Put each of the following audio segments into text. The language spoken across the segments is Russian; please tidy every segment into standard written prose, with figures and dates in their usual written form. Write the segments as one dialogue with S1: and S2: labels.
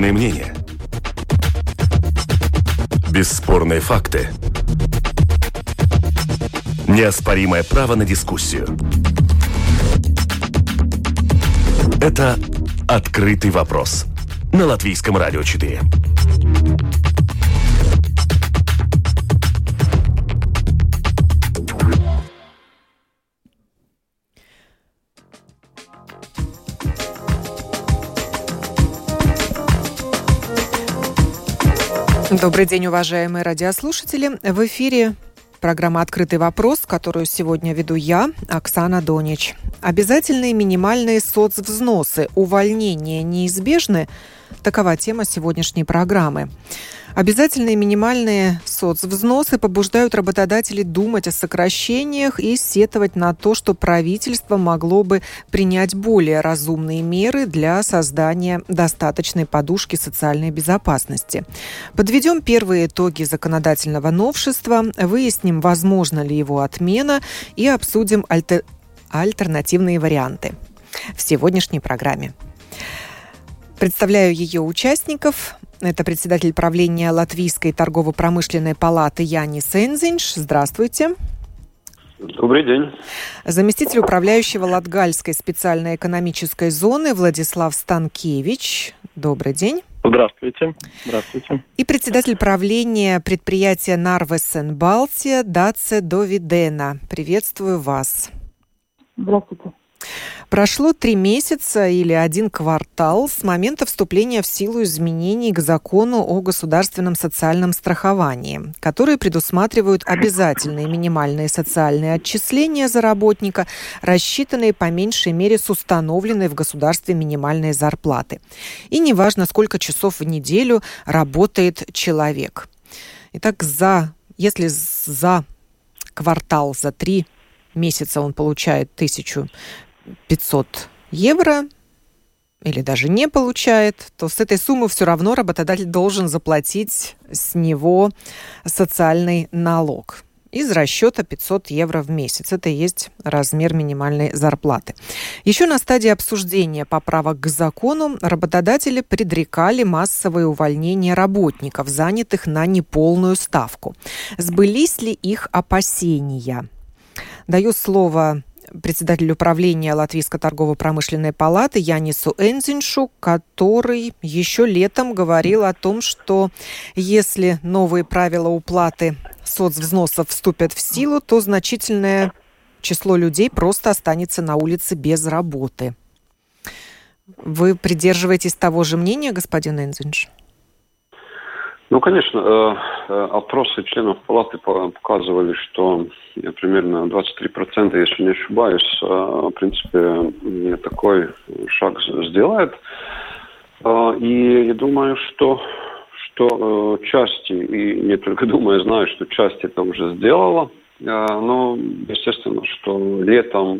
S1: Бесспорные мнения. Бесспорные факты. Неоспоримое право на дискуссию. Это «Открытый вопрос» на Латвийском радио 4.
S2: Добрый день, уважаемые радиослушатели. В эфире программа «Открытый вопрос», которую сегодня веду я, Оксана Донич. Обязательные минимальные соцвзносы. Увольнения неизбежны? Такова тема сегодняшней программы. Обязательные минимальные соцвзносы побуждают работодателей думать о сокращениях и сетовать на то, что правительство могло бы принять более разумные меры для создания достаточной подушки социальной безопасности. Подведем первые итоги законодательного новшества, выясним, возможна ли его отмена, и обсудим альтернативные варианты в сегодняшней программе. Представляю ее участников. Это председатель правления Латвийской торгово-промышленной палаты Янис Энзинш. Здравствуйте.
S3: Добрый день.
S2: Заместитель управляющего Латгальской специальной экономической зоны Владислав Станкевич. Добрый день.
S3: Здравствуйте. Здравствуйте.
S2: И председатель правления предприятия Нарвесен Балтия Даце Довидена. Приветствую вас.
S4: Здравствуйте.
S2: Прошло 3 месяца или 1 квартал с момента вступления в силу изменений к закону о государственном социальном страховании, которые предусматривают обязательные минимальные социальные отчисления за работника, рассчитанные по меньшей мере с установленной в государстве минимальной зарплаты. И неважно, сколько часов в неделю работает человек. Итак, если за квартал, за 3 месяца он получает 1500 евро или даже не получает, то с этой суммы все равно работодатель должен заплатить с него социальный налог из расчета 500 евро в месяц. Это и есть размер минимальной зарплаты. Еще на стадии обсуждения поправок к закону работодатели предрекали массовые увольнения работников, занятых на неполную ставку. Сбылись ли их опасения? Даю слово председателю правления Латвийской торгово-промышленной палаты Янису Энзиншу, который еще летом говорил о том, что если новые правила уплаты соцвзносов вступят в силу, то значительное число людей просто останется на улице без работы. Вы придерживаетесь того же мнения, господин Энзинш?
S3: Ну, конечно, опросы членов палаты показывали, что примерно 23%, если не ошибаюсь, в принципе, такой шаг сделает. И я думаю, что части, и не только думаю, знаю, что часть это уже сделала. Но, естественно, что летом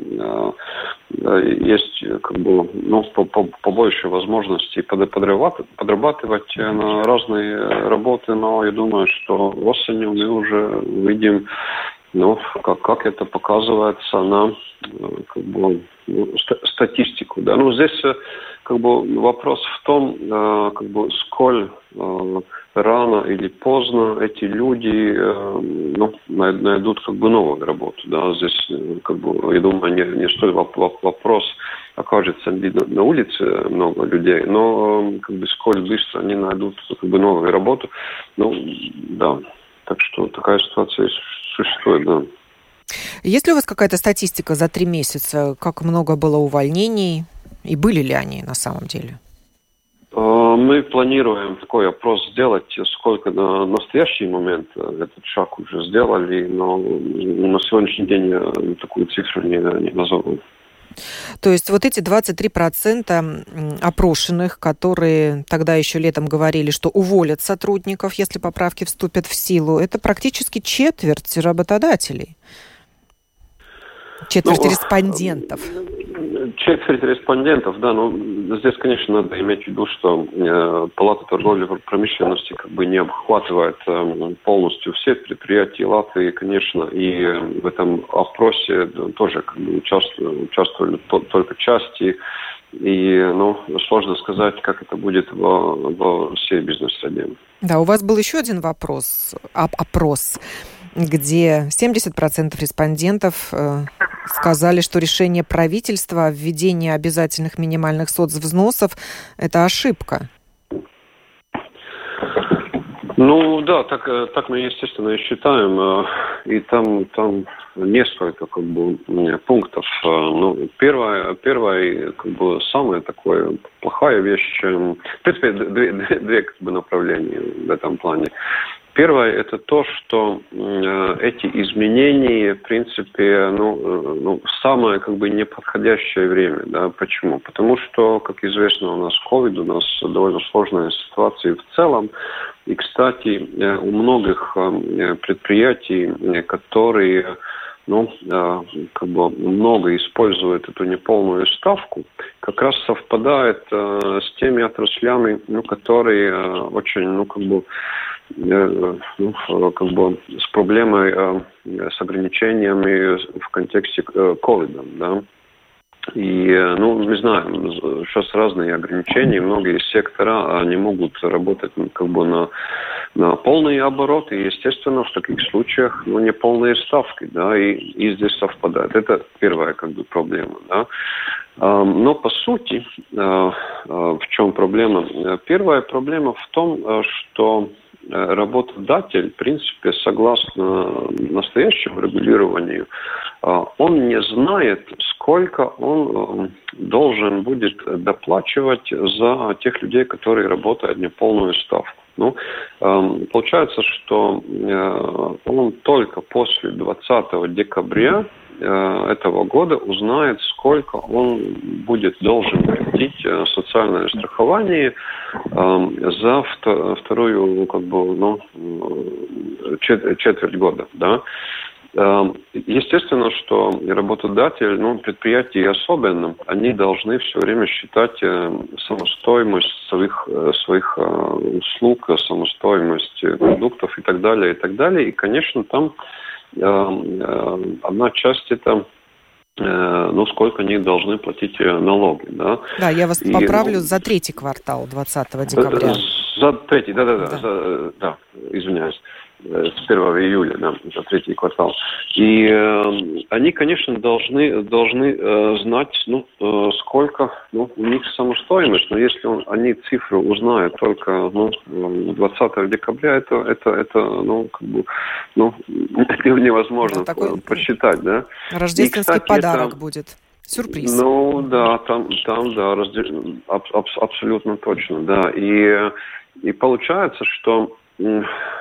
S3: есть побольше возможностей подрабатывать на разные работы, но я думаю, что осенью мы уже увидим, как это показывается на статистику. Да. Ну, здесь вопрос в том, сколь рано или поздно эти люди найдут новую работу. Да. Здесь, я думаю, не столь вопрос, окажется ли на улице много людей, но сколь быстро они найдут новую работу. Да. Так что такая ситуация существует, да.
S2: Есть ли у вас какая-то статистика за 3 месяца? Как много было увольнений? И были ли они на самом деле?
S3: Мы планируем такой опрос сделать, сколько на настоящий момент этот шаг уже сделали, но на сегодняшний день я такую цифру не назову.
S2: То есть вот эти 23% опрошенных, которые тогда еще летом говорили, что уволят сотрудников, если поправки вступят в силу, это практически четверть работодателей. Четверть респондентов.
S3: Четверть респондентов, да, но здесь, конечно, надо иметь в виду, что Палата торговли и промышленности не обхватывает полностью все предприятия Латвии, конечно, и в этом опросе тоже участвовали только части И, сложно сказать, как это будет во всей бизнес-среде.
S2: Да, у вас был еще один опрос, где 70% респондентов сказали, что решение правительства о введении обязательных минимальных соцвзносов – это ошибка.
S3: Да, так мы, естественно, и считаем. И там несколько пунктов. Первое, самая такая плохая вещь. В принципе, две направления в этом плане. Первое – это то, что эти изменения, в принципе, самое неподходящее время. Да? Почему? Потому что, как известно, у нас COVID, у нас довольно сложная ситуация в целом. И, кстати, у многих предприятий, которые много используют эту неполную ставку, как раз совпадает с теми отраслями, которые очень, с проблемой, с ограничениями в контексте ковида, да. И, мы знаем, сейчас разные ограничения, многие сектора, они могут работать на полные обороты, и, естественно, в таких случаях, не полные ставки, да, и здесь совпадает. Это первая, проблема, да. Но, по сути, в чем проблема? Первая проблема в том, что работодатель, в принципе, согласно настоящему регулированию, он не знает, сколько он должен будет доплачивать за тех людей, которые работают неполную ставку. Получается, что он только после 20 декабря этого года узнает, сколько он должен платить социальное страхование за вторую четверть года, да. Естественно, что работодатель, предприятия особенно, они должны все время считать самостоимость своих услуг, самостоимость продуктов и так далее, и так далее. И, конечно, там одна часть это сколько они должны платить налоги, да.
S2: Да, я вас поправлю, за третий квартал 20 декабря.
S3: За третий, да, извиняюсь. С 1 июля, да, за третий квартал. И они, конечно, должны знать, сколько у них самостоимость. Но если они цифру узнают только 20 декабря, это невозможно посчитать, да.
S2: Рождественский подарок будет. Сюрприз.
S3: Да, там абсолютно точно, да. И получается, что и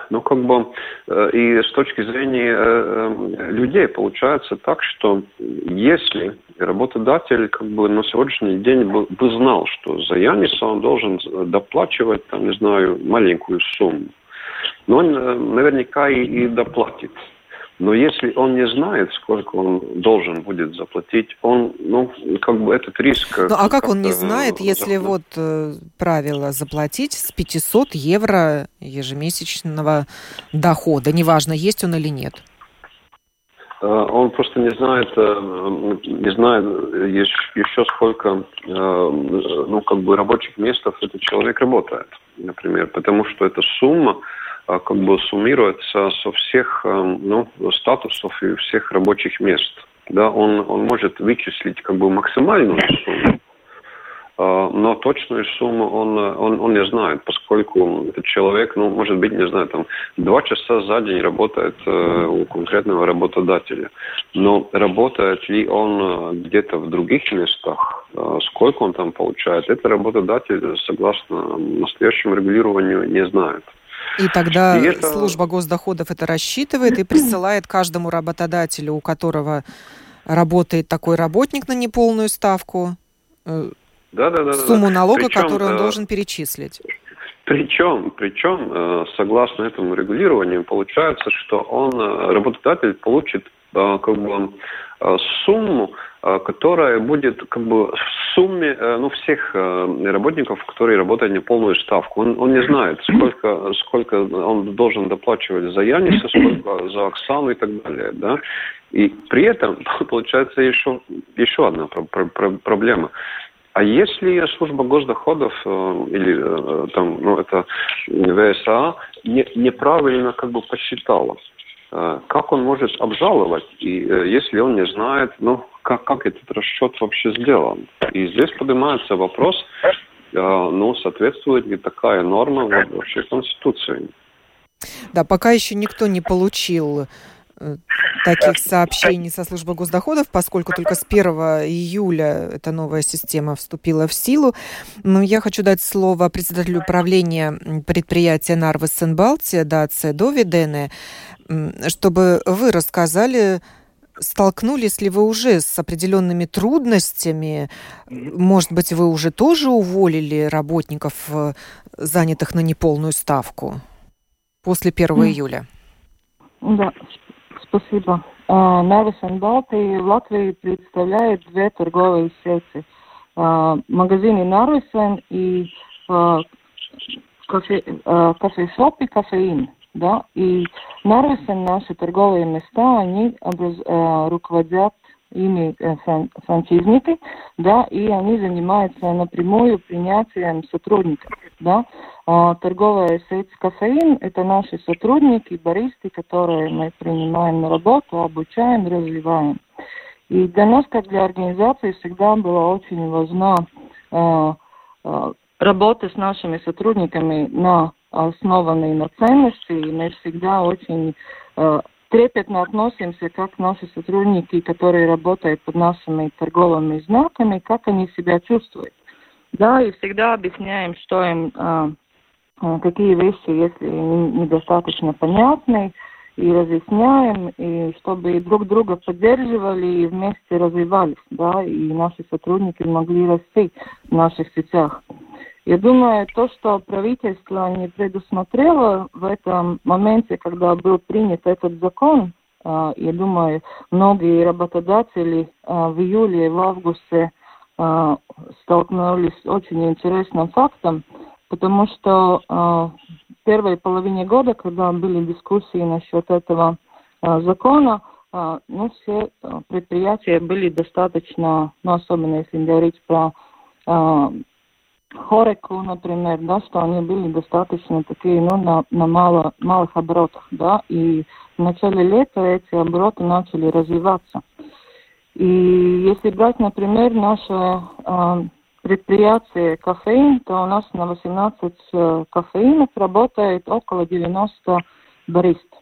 S3: с точки зрения людей получается так, что если работодатель на сегодняшний день бы знал, что за Яниса он должен доплачивать, маленькую сумму, но он наверняка и доплатит. Но если он не знает, сколько он должен будет заплатить, он, этот риск...
S2: А как он не знает, если правило заплатить с 500 евро ежемесячного дохода, неважно, есть он или нет?
S3: Он просто не знает еще сколько, рабочих мест этот человек работает, например, потому что эта сумма суммируется со всех статусов и всех рабочих мест. Да, он может вычислить максимальную сумму, но точную сумму он не знает, поскольку этот человек, может быть, 2 часа за день работает у конкретного работодателя. Но работает ли он где-то в других местах, сколько он там получает, это работодатель, согласно настоящему регулированию, не знает.
S2: И тогда служба госдоходов это рассчитывает и присылает каждому работодателю, у которого работает такой работник на неполную ставку, сумму налога, которую он должен перечислить.
S3: Причем, согласно этому регулированию, получается, что работодатель получит сумму, которая будет в сумме всех работников, которые работают неполную ставку. Он не знает, сколько он должен доплачивать за Яниса, сколько за Оксану и так далее. Да? И при этом получается еще одна проблема. А если служба госдоходов или это ВСА неправильно посчитала, как он может обжаловать, и если он не знает, как этот расчет вообще сделан? И здесь поднимается вопрос, соответствует ли такая норма вообще Конституции?
S2: Да, пока еще никто не получил таких сообщений со службы госдоходов, поскольку только с 1 июля эта новая система вступила в силу. Но я хочу дать слово председателю управления предприятия Нарвы Сен-Балтия Даце Довидене, чтобы вы рассказали, столкнулись ли вы уже с определенными трудностями? Может быть, вы уже тоже уволили работников, занятых на неполную ставку после 1 июля?
S4: Да, спасибо. Нарва Сен-Балтия в Латвии представляет 2 торговые сети. Магазины Нарвисен и кофе-шоп и кофеин. Да, и Нарвисен, наши торговые места, они руководят ими франчизники, да, и они занимаются напрямую принятием сотрудников, да. Торговая сеть кофеин – это наши сотрудники, баристы, которые мы принимаем на работу, обучаем, развиваем. И для нас, как для организации, всегда была очень важна работа с нашими сотрудниками основанные на ценности, и мы всегда очень трепетно относимся, как наши сотрудники, которые работают под нашими торговыми знаками, как они себя чувствуют. Да, и всегда объясняем, что им, какие вещи, если недостаточно понятны, и разъясняем, и чтобы друг друга поддерживали и вместе развивались, да, и наши сотрудники могли расти в наших сетях. Я думаю, то, что правительство не предусмотрело в этом моменте, когда был принят этот закон, я думаю, многие работодатели в июле и в августе столкнулись с очень интересным фактом, потому что в первой половине года, когда были дискуссии насчет этого закона, все предприятия были достаточно, особенно если говорить про Хореку, например, да, что они были достаточно такие, на малых оборотах, да, и в начале лета эти обороты начали развиваться. И если брать, например, наше предприятие кофеин, то у нас на 18 кофеинов работает около 90 барист.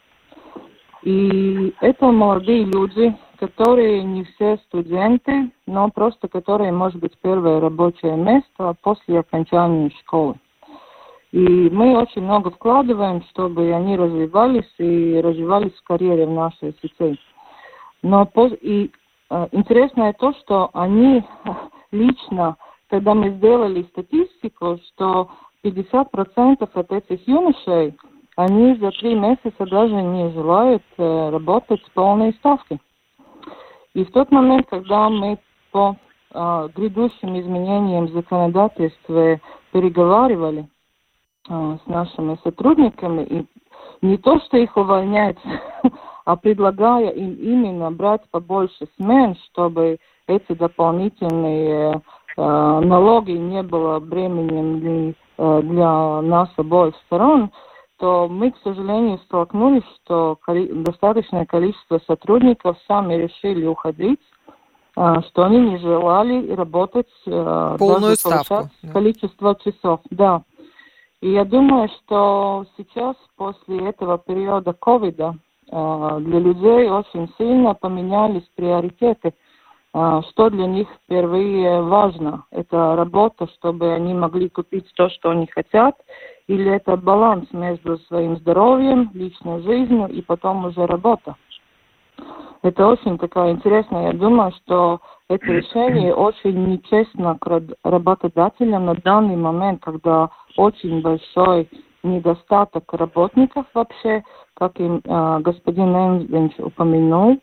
S4: И это молодые люди, которые не все студенты, но просто которые, может быть, первое рабочее место после окончания школы. И мы очень много вкладываем, чтобы они развивались в карьере в нашей сети. Но интересно то, что они лично, когда мы сделали статистику, что 50% от этих юношей, они за 3 месяца даже не желают работать с полной ставкой. И в тот момент, когда мы по грядущим изменениям в законодательстве переговаривали с нашими сотрудниками, и не то, что их увольнять, а предлагая им именно брать побольше смен, чтобы эти дополнительные налоги не было бременем для нас обоих сторон, то мы, к сожалению, столкнулись, что достаточное количество сотрудников сами решили уходить, что они не желали работать
S2: полную ставку,
S4: количество часов. Да. И я думаю, что сейчас, после этого периода ковида, для людей очень сильно поменялись приоритеты. Что для них впервые важно? Это работа, чтобы они могли купить то, что они хотят, или это баланс между своим здоровьем, личной жизнью и потом уже работа. Это очень такая интересная. Я думаю, что это решение очень нечестно к работодателям на данный момент, когда очень большой недостаток работников вообще, как и господин Энзлинч упомянул,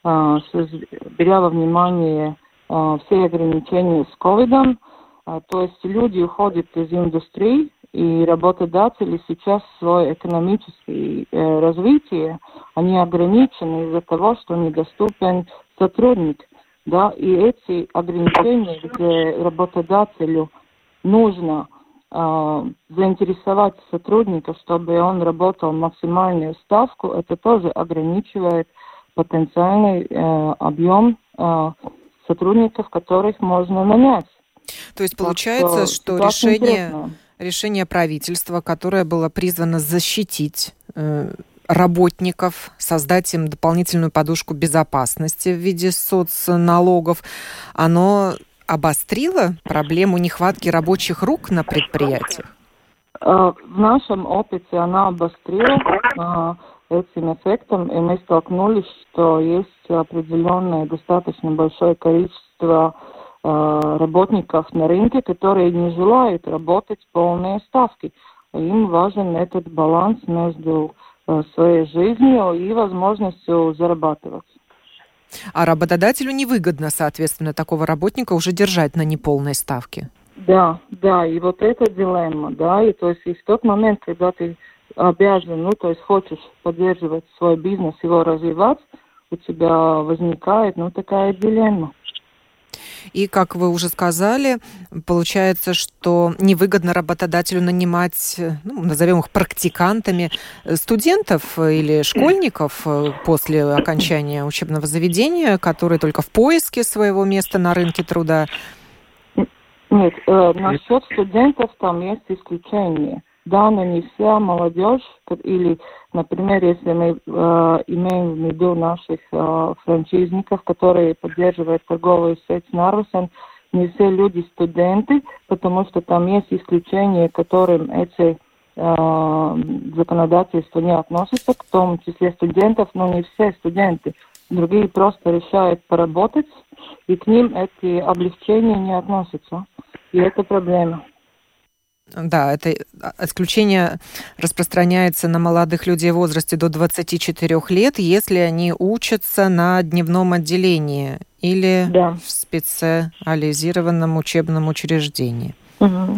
S4: беря во внимание все ограничения с ковидом, то есть люди уходят из индустрии, и работодатели сейчас свое экономическое развитие, они ограничены из-за того, что недоступен сотрудник. да, и эти ограничения, где работодателю нужно заинтересовать сотрудника, чтобы он работал максимальную ставку, это тоже ограничивает потенциальный объем сотрудников, которых можно нанять.
S2: То есть получается, что решение правительства, которое было призвано защитить работников, создать им дополнительную подушку безопасности в виде соцналогов, оно обострило проблему нехватки рабочих рук на предприятиях?
S4: В нашем опыте она обострила этим эффектом, и мы столкнулись, что есть определенное достаточно большое количество работников на рынке, которые не желают работать полные ставки. Им важен этот баланс между своей жизнью и возможностью зарабатывать.
S2: А работодателю невыгодно, соответственно, такого работника уже держать на неполной ставке.
S4: Да, и вот эта дилемма, да, и то есть и в тот момент, когда ты обязан, то есть хочешь поддерживать свой бизнес, его развивать, у тебя возникает, такая дилемма.
S2: И, как вы уже сказали, получается, что невыгодно работодателю нанимать, назовем их практикантами, студентов или школьников после окончания учебного заведения, которые только в поиске своего места на рынке труда.
S4: Нет, насчет студентов там есть исключение. Да, но не вся молодежь, или, например, если мы имеем в виду наших франчайзников, которые поддерживают торговую сеть Нарвesen, не все люди студенты, потому что там есть исключения, к которым эти законодательства не относятся, в том числе студентов, но не все студенты. Другие просто решают поработать, и к ним эти облегчения не относятся. И это проблема.
S2: Да, это исключение распространяется на молодых людей в возрасте до 24 лет, если они учатся на дневном отделении или в специализированном учебном учреждении.
S4: Угу.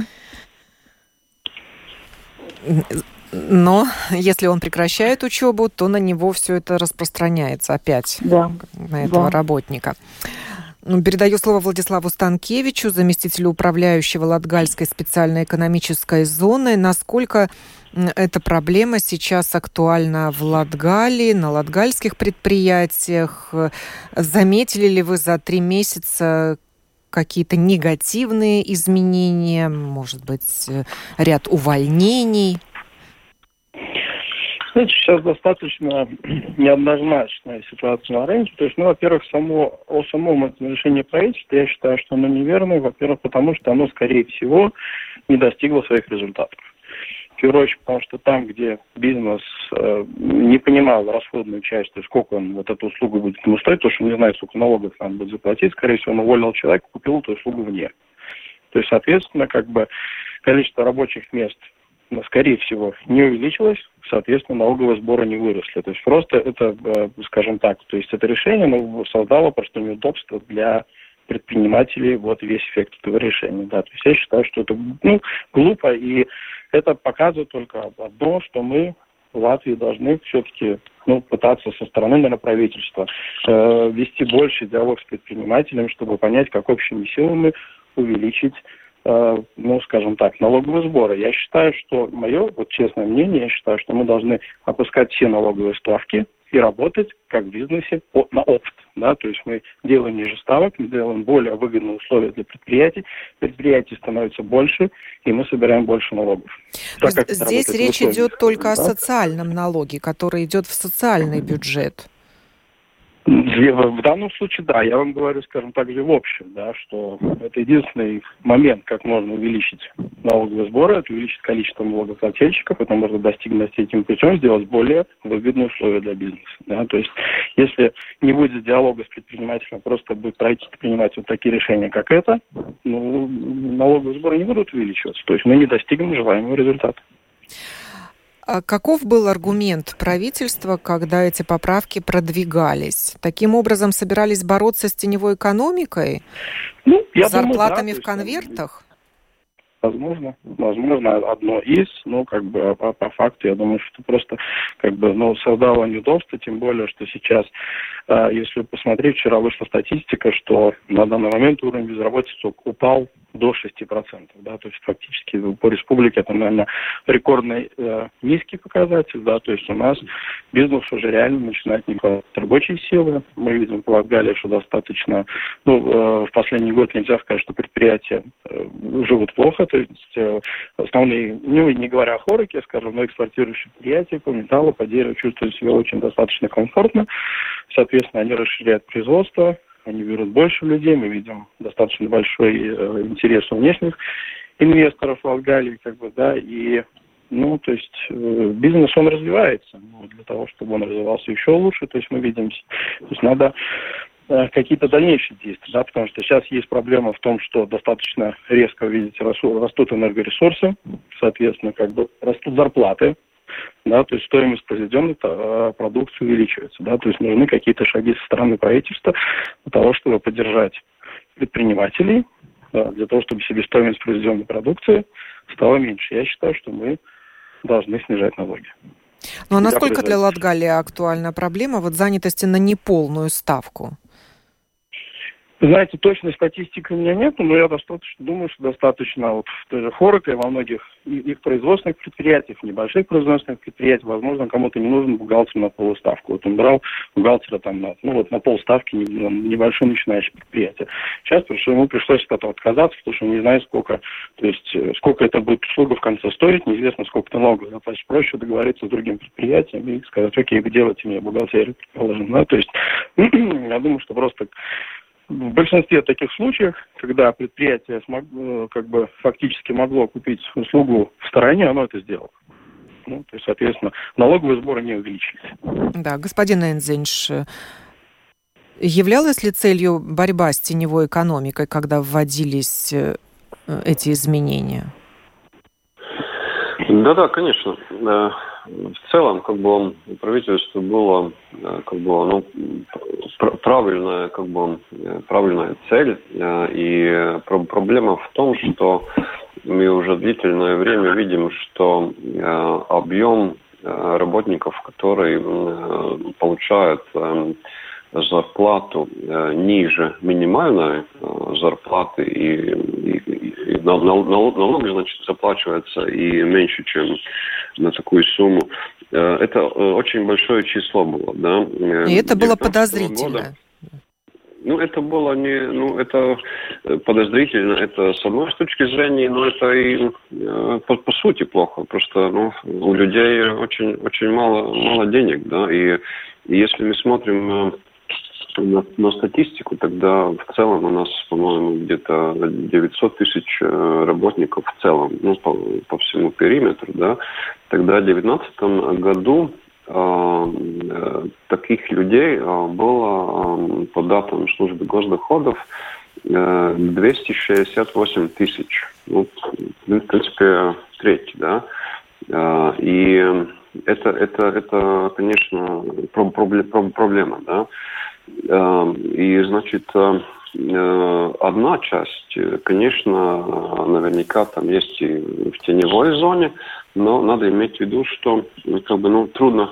S2: Но если он прекращает учебу, то на него все это распространяется опять, на этого работника. Передаю слово Владиславу Станкевичу, заместителю управляющего Латгальской специальной экономической зоны. Насколько эта проблема сейчас актуальна в Латгалии, на латгальских предприятиях? Заметили ли вы за 3 месяца какие-то негативные изменения, может быть, ряд увольнений?
S5: Знаете, сейчас достаточно неоднозначная ситуация на рынке. То есть, во-первых, о самом этом решении правительства я считаю, что оно неверное. Во-первых, потому что оно, скорее всего, не достигло своих результатов. В первую очередь, потому что там, где бизнес не понимал расходную часть, то есть сколько он вот эту услугу будет ему стоить, потому что он не знает, сколько налогов надо будет заплатить, скорее всего, он уволил человека, купил эту услугу вне. То есть, соответственно, количество рабочих мест, скорее всего, не увеличилось, соответственно, налоговые сборы не выросли. То есть просто это, скажем так, то есть это решение создало просто неудобство для предпринимателей, весь эффект этого решения. Да. То есть я считаю, что это глупо, и это показывает только одно, что мы в Латвии должны все-таки пытаться со стороны, наверное, правительства вести больше диалог с предпринимателями, чтобы понять, как общими силами увеличить скажем так, налоговые сборы. Я считаю, что, мое честное мнение, я считаю, что мы должны опускать все налоговые ставки и работать, как в бизнесе, на опыт. Да? То есть мы делаем ниже ставок, мы делаем более выгодные условия для предприятий становится больше, и мы собираем больше налогов.
S2: Здесь речь идет только о социальном налоге, который идет в социальный бюджет.
S5: В данном случае, да, я вам говорю, скажем так же, в общем, да, что это единственный момент, как можно увеличить налоговые сборы, это увеличить количество налогоплательщиков, это можно достигнуть этим путем, сделать более выгодные условия для бизнеса. Да. То есть, если не будет диалога с предпринимателем, просто будет правительство принимать такие решения, как это, налоговые сборы не будут увеличиваться. То есть мы не достигнем желаемого результата.
S2: А каков был аргумент правительства, когда эти поправки продвигались? Таким образом собирались бороться с теневой экономикой? Зарплатами в конвертах?
S5: Возможно, одно из, но по факту я думаю, что просто создало неудобства, тем более, что сейчас, если посмотреть, вчера вышла статистика, что на данный момент уровень безработицы упал до 6%, да, то есть фактически по республике это, наверное, рекордно низкий показатель, да, то есть у нас бизнес уже реально начинает не хватать рабочей силы. Мы видим по Латгалии, что достаточно, в последний год нельзя сказать, что предприятия живут плохо, то есть основные, не говоря о хорике, скажем, но эксплуатирующие предприятия по металлу, по дереву чувствуют себя очень достаточно комфортно, соответственно, они расширяют производство, они берут больше людей, мы видим достаточно большой интерес у внешних инвесторов в Латгалии, и, то есть бизнес, он развивается, для того, чтобы он развивался еще лучше, то есть мы видим, то есть надо какие-то дальнейшие действия, да, потому что сейчас есть проблема в том, что достаточно резко, видите, растут энергоресурсы, соответственно, растут зарплаты, да, то есть стоимость произведенной продукции увеличивается, да, то есть нужны какие-то шаги со стороны правительства для того, чтобы поддержать предпринимателей, да, для того, чтобы себестоимость произведенной продукции стала меньше. Я считаю, что мы должны снижать налоги.
S2: Ну а насколько для Латгалии актуальна проблема занятости на неполную ставку?
S5: Знаете, точной статистики у меня нет, но я думаю, что достаточно в той же Хорике, во многих их производственных предприятиях, небольших производственных предприятиях, возможно, кому-то не нужен бухгалтер на полставку. Он брал бухгалтера на полставки небольшое начинающее предприятие. Сейчас ему пришлось от этого отказаться, потому что он не знает, сколько это будет услуга в конце стоить, неизвестно, сколько налогов заплатить. Проще договориться с другим предприятием и сказать: окей, вы делаете мне бухгалтерию, предположим. Да? То есть я думаю, что просто в большинстве таких случаев, когда предприятие фактически могло купить услугу в стороне, оно это сделало. То есть, соответственно, налоговые сборы не увеличились.
S2: Да, господин Энзинш, являлась ли целью борьба с теневой экономикой, когда вводились эти изменения?
S3: Да, конечно. В целом, правительство было, правильная цель. И проблема в том, что мы уже длительное время видим, что объем работников, которые получают зарплату ниже минимальной зарплаты, и налоги, значит, заплачиваются и меньше, чем на такую сумму. Это очень большое число было, да.
S2: И это было подозрительно.
S3: Это было это подозрительно, это с одной точки зрения, но это и по сути плохо. Просто, у людей очень, очень мало денег, да, и если мы смотрим на статистику, тогда в целом у нас, по-моему, где-то 900 тысяч работников в целом, по всему периметру, да. Тогда в 2019 году таких людей было, по датам службы госдоходов, 268 тысяч. В принципе, треть, да. И это, конечно, проблема, да. И, значит, одна часть, конечно, наверняка там есть и в теневой зоне, но надо иметь в виду, что трудно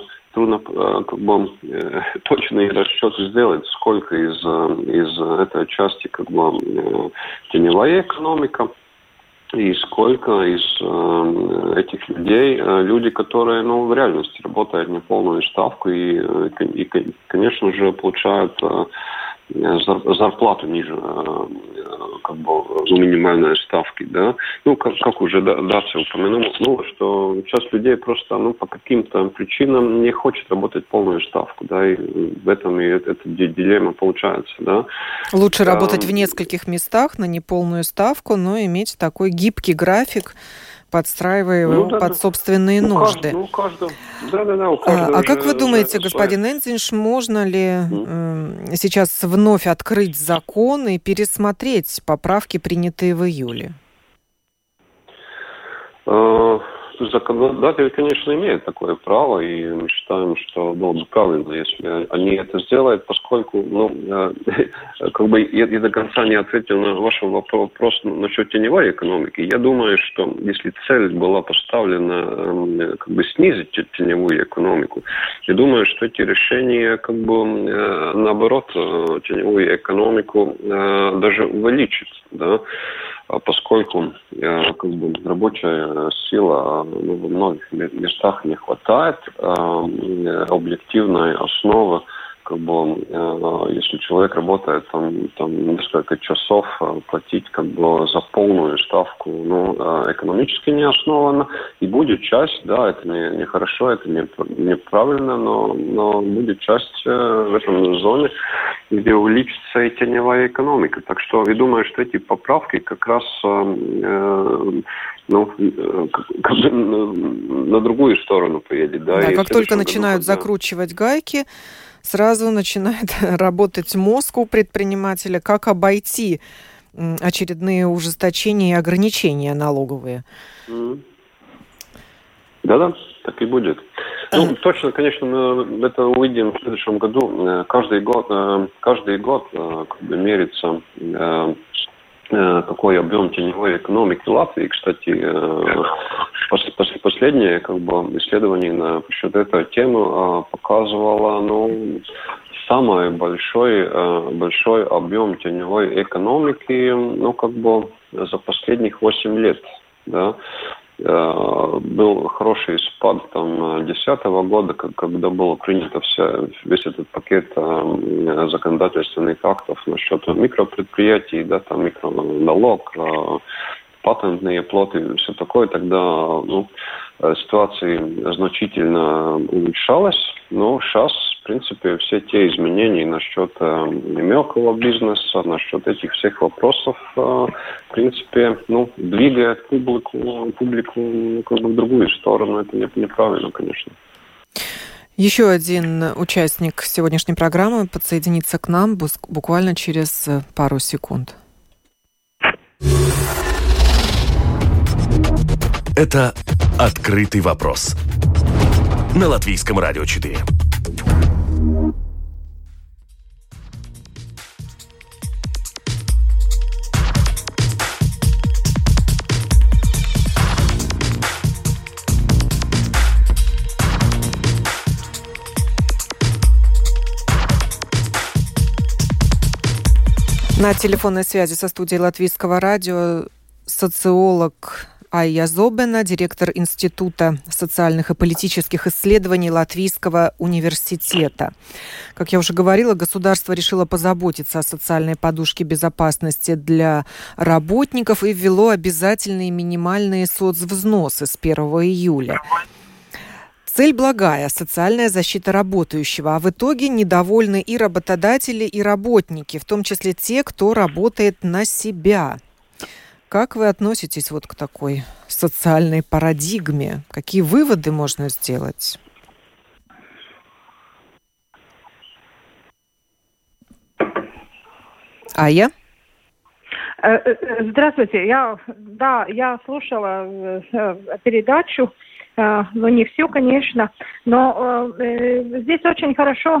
S3: точные расчеты сделать, сколько из этой части теневая экономика, и сколько из этих людей, люди, которые, в реальности работают неполную ставку и, конечно же, получают зарплату ниже минимальной ставки, да. Как уже Даша упомянул, что часть людей просто, по каким-то причинам не хочет работать полную ставку, да, и в этом и эта дилемма получается, да.
S2: Лучше работать в нескольких местах на неполную ставку, но иметь такой гибкий график, подстраивая его под собственные нужды.
S3: У каждого. У каждого.
S2: А как вы думаете, господин Энзинш, можно ли сейчас вновь открыть закон и пересмотреть поправки, принятые в июле?
S3: законодатель, конечно, имеет такое право, и мы считаем, что было бы правильно, если они это сделают, поскольку, как бы я до конца не ответил на ваш вопрос насчет теневой экономики. Я думаю, что если цель была поставлена как бы снизить теневую экономику, я думаю, что эти решения как бы наоборот теневую экономику даже увеличат, да. Поскольку как бы рабочая сила во многих местах не хватает, объективной основы, как бы, если человек работает там несколько часов, платить как бы за полную ставку, экономически не основано, и будет часть, да, это не хорошо, это неправильно, но будет часть в этом зоне, где увеличится и теневая экономика. Так что я думаю, что эти поправки как раз на другую сторону поедет. Да,
S2: как только начинают закручивать гайки, сразу начинает работать мозг у предпринимателя, как обойти очередные ужесточения и ограничения налоговые.
S3: Да, так и будет. Точно, конечно, мы это увидим в следующем году. Каждый год как бы мерится какой объем теневой экономики Латвии. Кстати, последнее как бы исследование насчет этой темы показывало самый большой объем теневой экономики как бы за последних 8 лет. Да. Был хороший спад 2010 года, когда было принято весь этот пакет законодательственных актов насчет микропредприятий, да, там микроналог, патентные платы, все такое. Тогда ситуация значительно улучшалась, но сейчас, в принципе, все те изменения насчет мелкого бизнеса, насчет этих всех вопросов, в принципе, двигает публику как бы в другую сторону. Это неправильно, конечно.
S2: Еще один участник сегодняшней программы подсоединится к нам буквально через пару секунд.
S1: Это «Открытый вопрос» на Латвийском радио 4.
S2: На телефонной связи со студией Латвийского радио социолог Айя Зобена, директор Института социальных и политических исследований Латвийского университета. Как я уже говорила, государство решило позаботиться о социальной подушке безопасности для работников и ввело обязательные минимальные соцвзносы с 1 июля. Цель благая – социальная защита работающего, а в итоге недовольны и работодатели, и работники, в том числе те, кто работает на себя. Как вы относитесь к такой социальной парадигме? Какие выводы можно сделать? Айя?
S4: Здравствуйте. Я слушала передачу, но не всю, конечно. Но здесь очень хорошо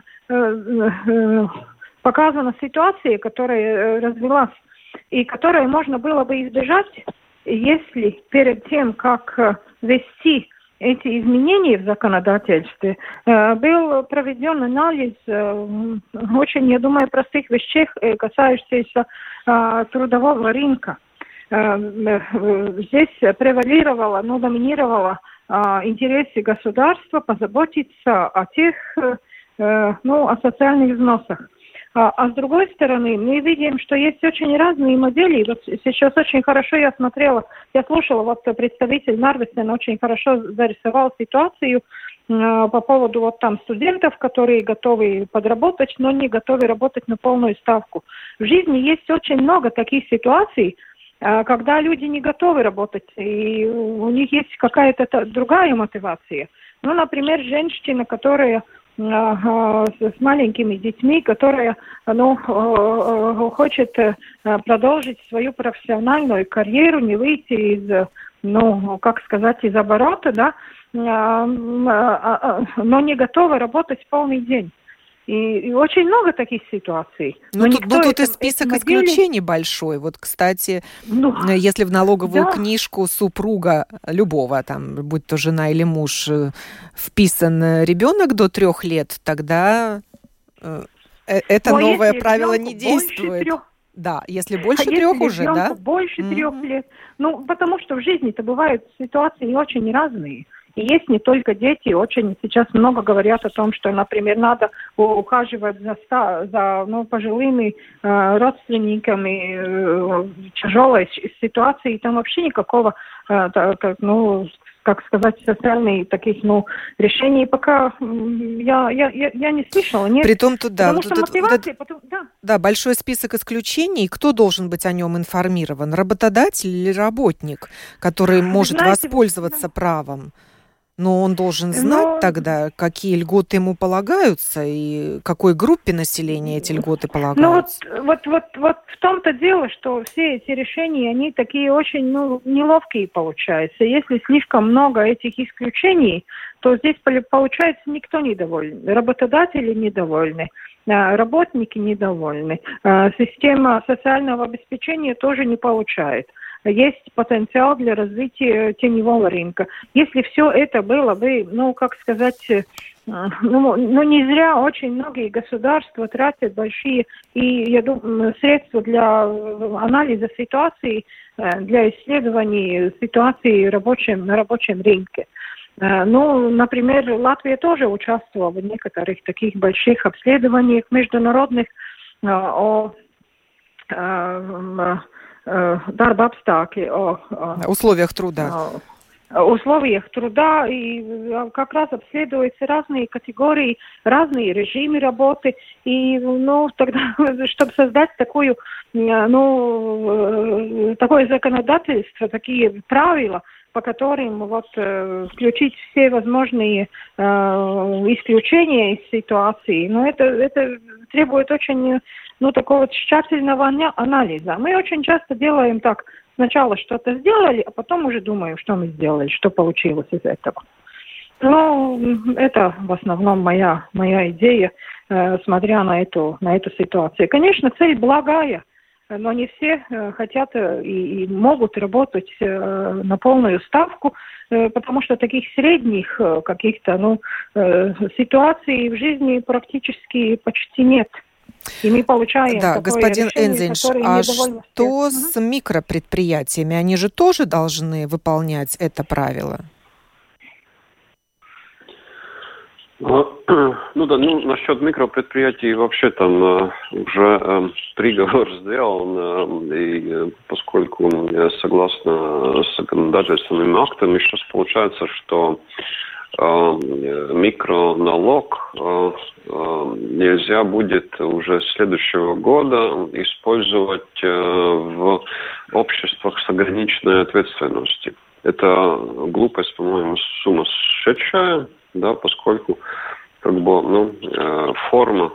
S4: показана ситуация, которая развилась, и которую можно было бы избежать, если перед тем, как ввести эти изменения в законодательстве, был проведен анализ очень, я думаю, простых вещей, касающихся трудового рынка. Здесь превалировало, доминировало интересы государства позаботиться о о социальных взносах. А с другой стороны, мы видим, что есть очень разные модели. Вот сейчас очень хорошо я слушала, представитель Нарвесена очень хорошо зарисовал ситуацию по поводу студентов, которые готовы подработать, но не готовы работать на полную ставку. В жизни есть очень много таких ситуаций, когда люди не готовы работать, и у них есть какая-то другая мотивация. Например, женщина, которая с маленькими детьми, которая хочет продолжить свою профессиональную карьеру, не выйти из
S6: ну, как сказать, из оборота, да, но не готовы работать полный день. И очень много таких ситуаций.
S2: Тут и список исключений большой. Вот, кстати, если в налоговую книжку супруга любого, там, будь то жена или муж, вписан ребенок до 3 лет, тогда это новое правило не действует. Да, если больше 3 уже, да?
S6: Больше 3 лет. Ну, потому что в жизни-то бывают ситуации очень разные. И есть не только дети, очень сейчас много говорят о том, что, например, надо ухаживать за пожилыми родственниками в тяжелой ситуации, и там вообще никакого, как сказать, социальных таких, решений пока я не слышала. Нет.
S2: Притом большой список исключений. Кто должен быть о нем информирован? Работодатель или работник, который может воспользоваться правом? Но он должен знать тогда, какие льготы ему полагаются и какой группе населения эти льготы полагаются.
S6: Вот в том-то дело, что все эти решения, они такие очень неловкие получаются. Если слишком много этих исключений, то здесь получается никто недоволен. Работодатели недовольны, работники недовольны, система социального обеспечения тоже не получает. Есть потенциал для развития теневого рынка. Если все это было бы, не зря очень многие государства тратят большие средства для анализа ситуации, для исследований ситуации на рабочем рынке. Например, Латвия тоже участвовала в некоторых таких больших обследованиях международных о darba apstākļi,
S2: условиях труда.
S6: Условиях труда, и как раз обследуются разные категории, разные режимы работы, и, тогда, чтобы создать такое законодательство, такие правила, по которым включить все возможные исключения из ситуации, это требует очень такого тщательного анализа. Мы очень часто делаем так: сначала что-то сделали, а потом уже думаем, что мы сделали, что получилось из этого. Это в основном моя идея, смотря на эту ситуацию. Конечно, цель благая, но не все хотят и могут работать на полную ставку, потому что таких средних каких-то ситуаций в жизни практически почти нет. И мы получаем
S2: господин
S6: решение,
S2: Энзинш, а что с микропредприятиями? Они же тоже должны выполнять это правило?
S3: Насчет микропредприятий вообще там уже приговор сделан, и поскольку согласно с законодательственными актами сейчас получается, что микроналог нельзя будет уже с следующего года использовать в обществах с ограниченной ответственностью. Это глупость, по-моему, сумасшедшая, да, поскольку форма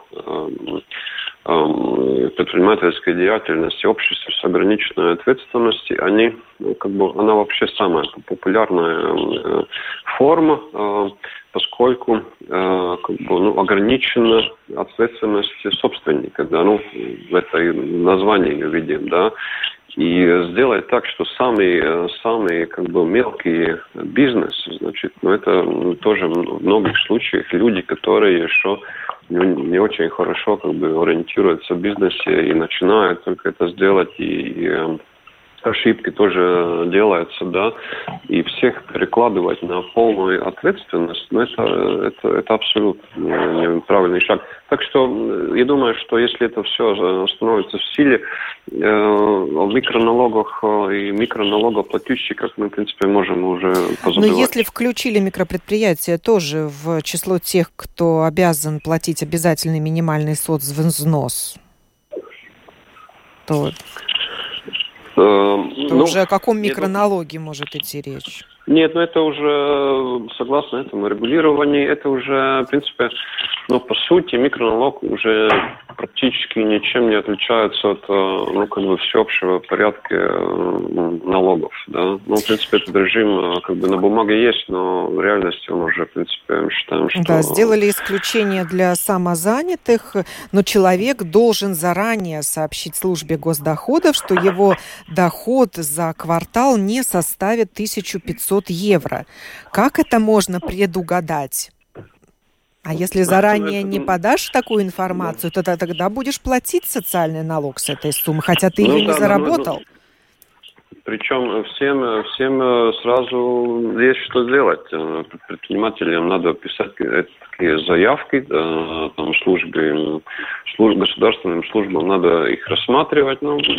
S3: предпринимательской деятельности общества с ограниченной ответственностью, она вообще самая популярная форма, поскольку ограничена ответственность собственника, да, в этой названии видим, да, и сделать так, что самые мелкие бизнесы, это тоже в многих случаях люди, которые еще не очень хорошо ориентируются в бизнесе и начинают только это сделать, и ошибки тоже делаются, да, и всех перекладывать на полную ответственность, это абсолютно неправильный шаг. Так что я думаю, что если это все становится в силе, о микроналогах и микроналогоплательщиках мы, в принципе, можем уже позабывать.
S2: Но если включили микропредприятия тоже в число тех, кто обязан платить обязательный минимальный соцвзнос, то уже о каком микроналоге может идти речь?
S3: Нет, это уже, согласно этому регулированию, это уже, в принципе, по сути, микроналог уже практически ничем не отличается от, всеобщего порядка налогов, да. В принципе, этот режим, на бумаге есть, но в реальности он уже, в принципе, мы считаем, что...
S2: Да, сделали исключение для самозанятых, но человек должен заранее сообщить службе госдоходов, что его доход за квартал не составит 1500 евро. Как это можно предугадать? А если заранее не подашь такую информацию, то тогда будешь платить социальный налог с этой суммы, хотя ты ее не заработал.
S3: Причем всем сразу есть что делать. Предпринимателям надо писать такие заявки, государственным службам надо их рассматривать.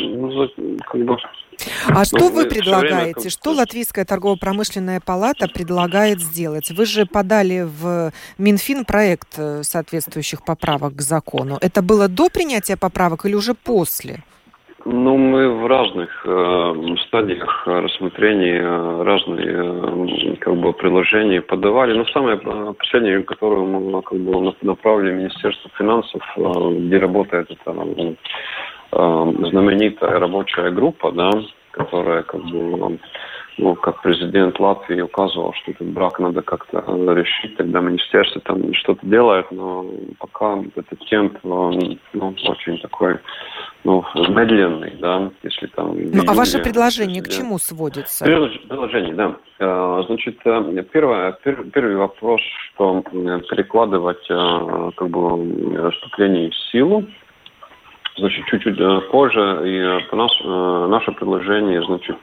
S2: А что вы предлагаете? Что Латвийская торгово-промышленная палата предлагает сделать? Вы же подали в Минфин проект соответствующих поправок к закону. Это было до принятия поправок или уже после?
S3: Мы в разных стадиях рассмотрения разные предложения подавали. Но самое последнее, которое мы направили в Министерство финансов, где работает эта знаменитая рабочая группа, да, которая как президент Латвии указывал, что этот брак надо как-то решить, тогда министерство там что-то делает, но пока этот темп, очень такой, медленный, да, если там...
S2: А ваше предложение к чему сводится?
S3: Предложение, да. Значит, первый вопрос, что перекладывать, вступление в силу, значит, чуть-чуть позже, и наше предложение, значит,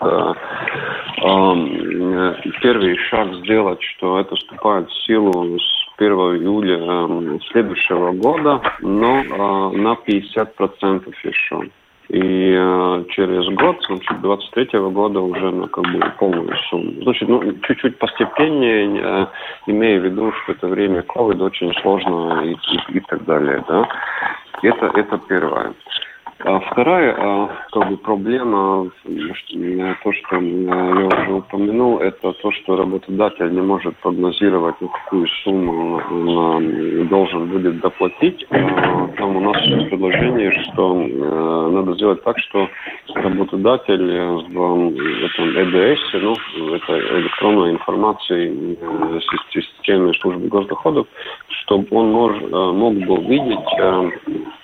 S3: первый шаг сделать, что это вступает в силу с 1 июля следующего года, но на 50% еще. И через год, значит, 23-го года уже на полную сумму. Значит, чуть-чуть постепеннее, имея в виду, что это время COVID очень сложно и так далее, да. Это первое. А вторая проблема, то, что я уже упомянул, это то, что работодатель не может прогнозировать, какую сумму он должен будет доплатить. Там у нас предложение, что надо сделать так, что работодатель в этом ЭДС, это электронной информации системы службы госдоходов, чтобы он мог бы видеть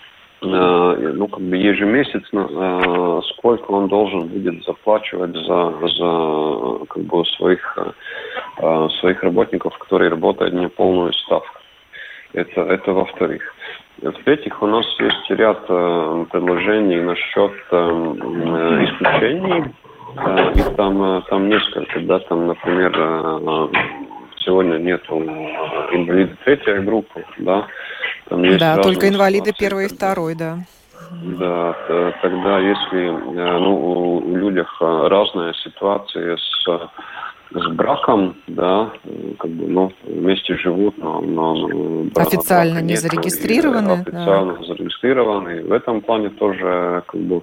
S3: ежемесячно, сколько он должен будет заплачивать за своих работников, которые работают не полную ставку. Это во-вторых. В-третьих, у нас есть ряд предложений насчет исключений. И там несколько, да, там, например, сегодня нету инвалидов третьей группы, да. Там есть
S2: только инвалиды первой и второй, да.
S3: Да, тогда если у людей разная ситуация с браком, да, вместе живут, но
S2: официально не зарегистрированы.
S3: Официально зарегистрированы. В этом плане тоже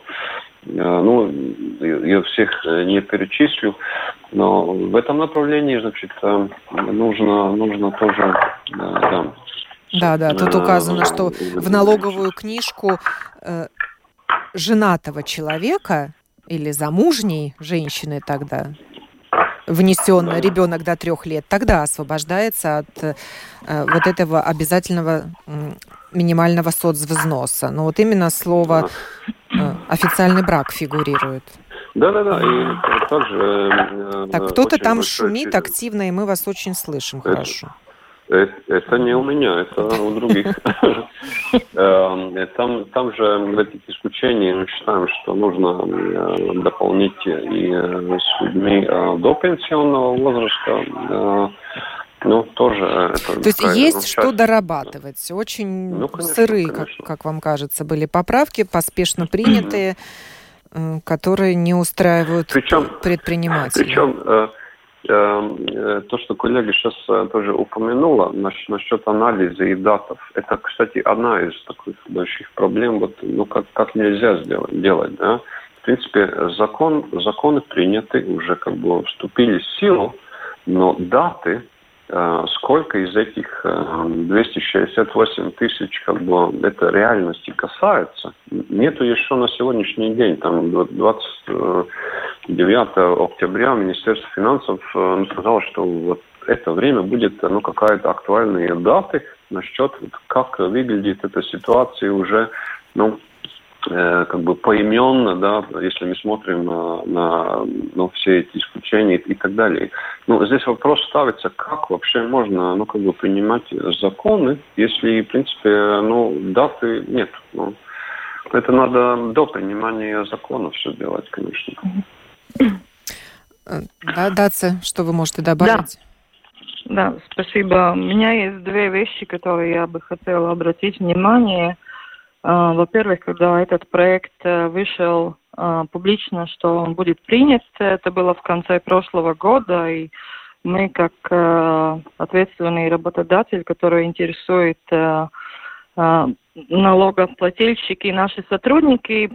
S3: я всех не перечислю, но в этом направлении, значит, нужно тоже, да.
S2: Да, тут указано, что в налоговую книжку женатого человека или замужней женщины тогда внесен ребенок до 3 лет, тогда освобождается от вот этого обязательного минимального соцвзноса. Но вот именно слово официальный брак фигурирует.
S3: Да, и также...
S2: Так, кто-то там шумит активно, и мы вас очень слышим хорошо.
S3: Это не у меня, это у других. Там же в этих исключениях мы считаем, что нужно дополнить и с людьми до пенсионного возраста. Тоже это...
S2: То есть есть что дорабатывать. Очень сырые, как вам кажется, были поправки, поспешно принятые, которые не устраивают предпринимателей.
S3: Причем то, что коллега сейчас тоже упомянула насчет анализа и датов, это, кстати, одна из таких больших проблем, как нельзя делать, да. В принципе, законы приняты, уже вступили в силу, Но даты, сколько из этих 268 тысяч как бы это реальности касается, нету еще на сегодняшний день. Там 29 октября Министерство финансов сказало, что вот это время будет какая-то актуальные даты насчет как выглядит эта ситуация уже как бы поименно, да, если мы смотрим на все эти исключения и так далее. Здесь вопрос ставится, как вообще можно, как бы принимать законы, если, в принципе, даты нет. Это надо до принимания закона все делать, конечно.
S2: Да, Даца, что вы можете добавить?
S4: Да, спасибо. У меня есть две вещи, которые я бы хотела обратить внимание. Во-первых, когда этот проект вышел публично, что он будет принят, это было в конце прошлого года, и мы, как ответственный работодатель, который интересует налогоплательщики и наши сотрудники,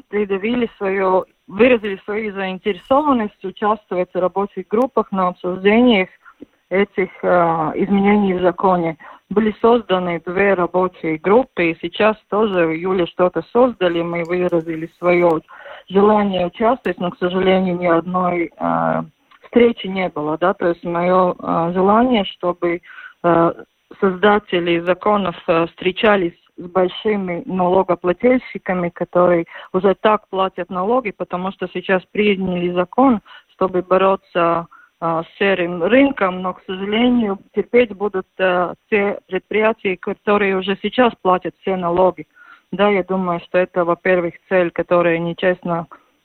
S4: выразили свою заинтересованность участвовать в рабочих группах на обсуждениях этих изменений в законе. Были созданы две рабочие группы, и сейчас тоже в июле что-то создали, мы выразили свое желание участвовать, но, к сожалению, ни одной встречи не было, да, то есть мое желание, чтобы создатели законов встречались с большими налогоплательщиками, которые уже так платят налоги, потому что сейчас приняли закон, чтобы бороться с серым рынком, но, к сожалению, терпеть будут те предприятия, которые уже сейчас платят все налоги. Да, я думаю, что это, во-первых, цель, которая нечестна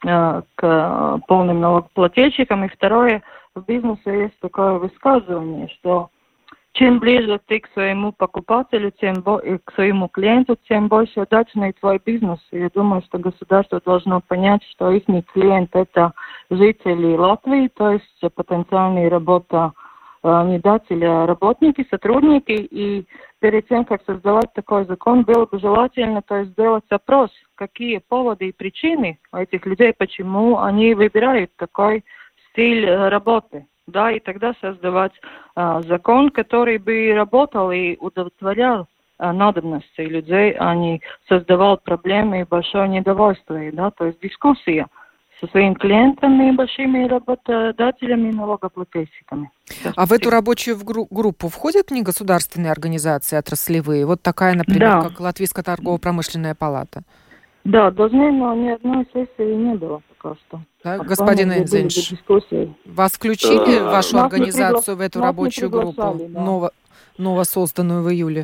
S4: к полным налогоплательщикам. И второе, в бизнесе есть такое высказывание, что чем ближе ты к своему покупателю, к своему клиенту, тем больше удачный твой бизнес. И я думаю, что государство должно понять, что их клиент – это жители Латвии, то есть потенциальные работодатели, работники, сотрудники. И перед тем, как создавать такой закон, было бы желательно сделать опрос, какие поводы и причины у этих людей, почему они выбирают такой стиль работы. Да, и тогда создавать закон, который бы работал и удовлетворял надобности людей, а не создавал проблемы и большое недовольство. Да, то есть дискуссия со своими клиентами, большими работодателями и налогоплательщиками.
S2: А в эту рабочую группу входят негосударственные организации отраслевые? Вот такая, например, как Латвийская торгово-промышленная палата?
S4: Да, должны, но ни одной сессии не было пока что.
S2: Да, господин Энзинш, вас включили, вашу организацию, в эту рабочую группу, да. Новосозданную в июле?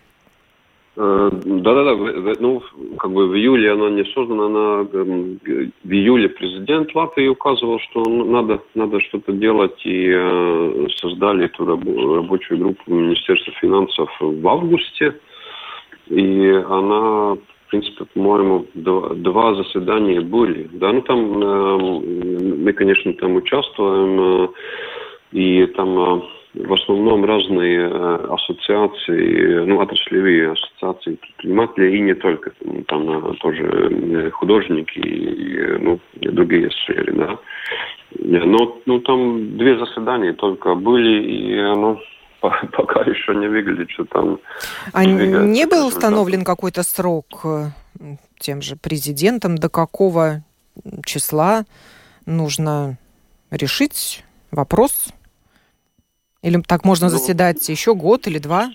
S3: Да. Как бы в июле она не создана, в июле президент Латвии указывал, что надо что-то делать, и создали эту рабочую группу Министерства финансов в августе, и она... В принципе, по-моему, два заседания были. Да, там мы, конечно, там участвуем, и там в основном разные ассоциации, отраслевые ассоциации предпринимателей, и не только. Там тоже художники и другие сферы, да. Но там две заседания только были, и пока еще не выглядит, что там...
S2: А не был установлен какой-то срок тем же президентом, до какого числа нужно решить вопрос? Или так можно заседать еще год или два?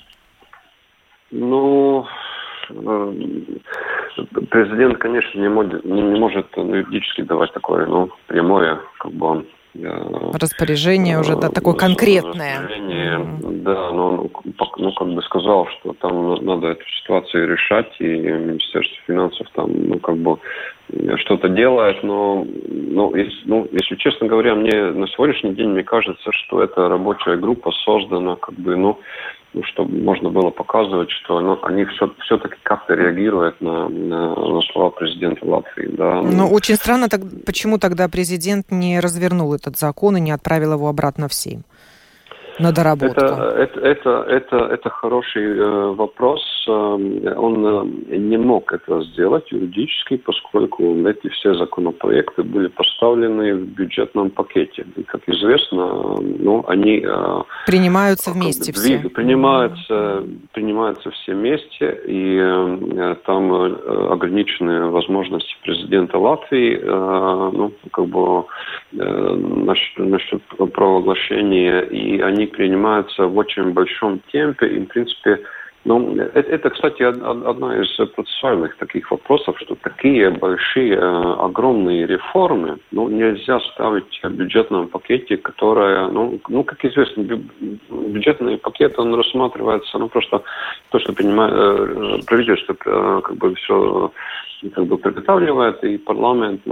S3: Президент, конечно, не может юридически давать такое, прямое, как бы...
S2: Распоряжение уже, да, такое конкретное.
S3: Да, но как бы сказал, что там надо эту ситуацию решать, и Министерство финансов там, как бы что-то делает, но если честно говоря, на сегодняшний день мне кажется, что эта рабочая группа создана, как бы, чтобы можно было показывать, что они все-таки как-то реагируют на слова президента Латвии. Да.
S2: Но очень странно, почему тогда президент не развернул этот закон и не отправил его обратно в Сейм? на доработку?
S3: Это хороший вопрос. Он не мог это сделать юридически, поскольку эти все законопроекты были поставлены в бюджетном пакете. И, как известно, они...
S2: Принимаются вместе все.
S3: Принимаются все вместе, и там ограничены возможности президента Латвии насчет провозглашения, и они принимаются в очень большом темпе, и, в принципе, это, кстати, одна из процессуальных таких вопросов, что такие большие, огромные реформы, нельзя ставить в бюджетном пакете, которая, как известно, бюджетный пакет, он рассматривается, просто то, что правительство, все, приготавливает, и парламент,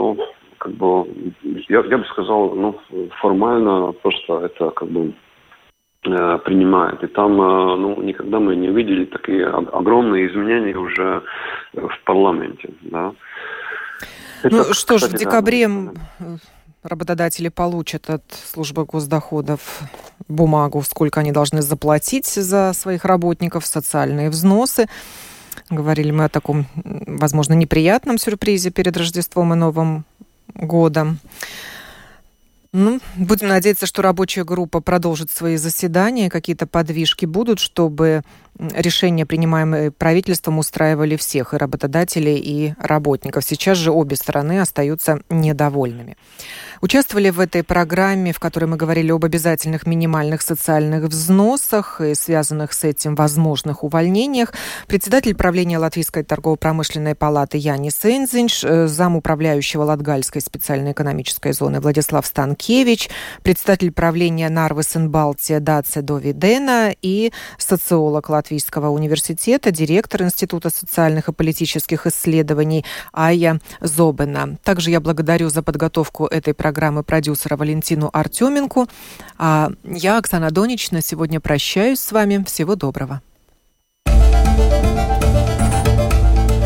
S3: я бы сказал, формально просто это, принимает. И там никогда мы не видели такие огромные изменения уже в парламенте. Да.
S2: Что ж, в декабре работодатели получат от службы госдоходов бумагу, сколько они должны заплатить за своих работников, социальные взносы. Говорили мы о таком, возможно, неприятном сюрпризе перед Рождеством и Новым годом. Будем надеяться, что рабочая группа продолжит свои заседания, какие-то подвижки будут, чтобы решения, принимаемые правительством, устраивали всех, и работодателей, и работников. Сейчас же обе стороны остаются недовольными. Участвовали в этой программе, в которой мы говорили об обязательных минимальных социальных взносах и связанных с этим возможных увольнениях, председатель правления Латвийской торгово-промышленной палаты Янис Энзинш, замуправляющего Латгальской специальной экономической зоны Владислав Станкевич, председатель правления Нарвесен Балтия Даце Довидена и социолог Латвийского университета, директор Института социальных и политических исследований Айя Зобена. Также я благодарю за подготовку этой программы продюсера Валентину Артеменку. А я, Оксана Донична, сегодня прощаюсь с вами. Всего доброго.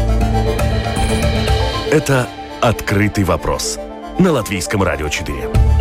S1: Это «Открытый вопрос» на Латвийском радио 4.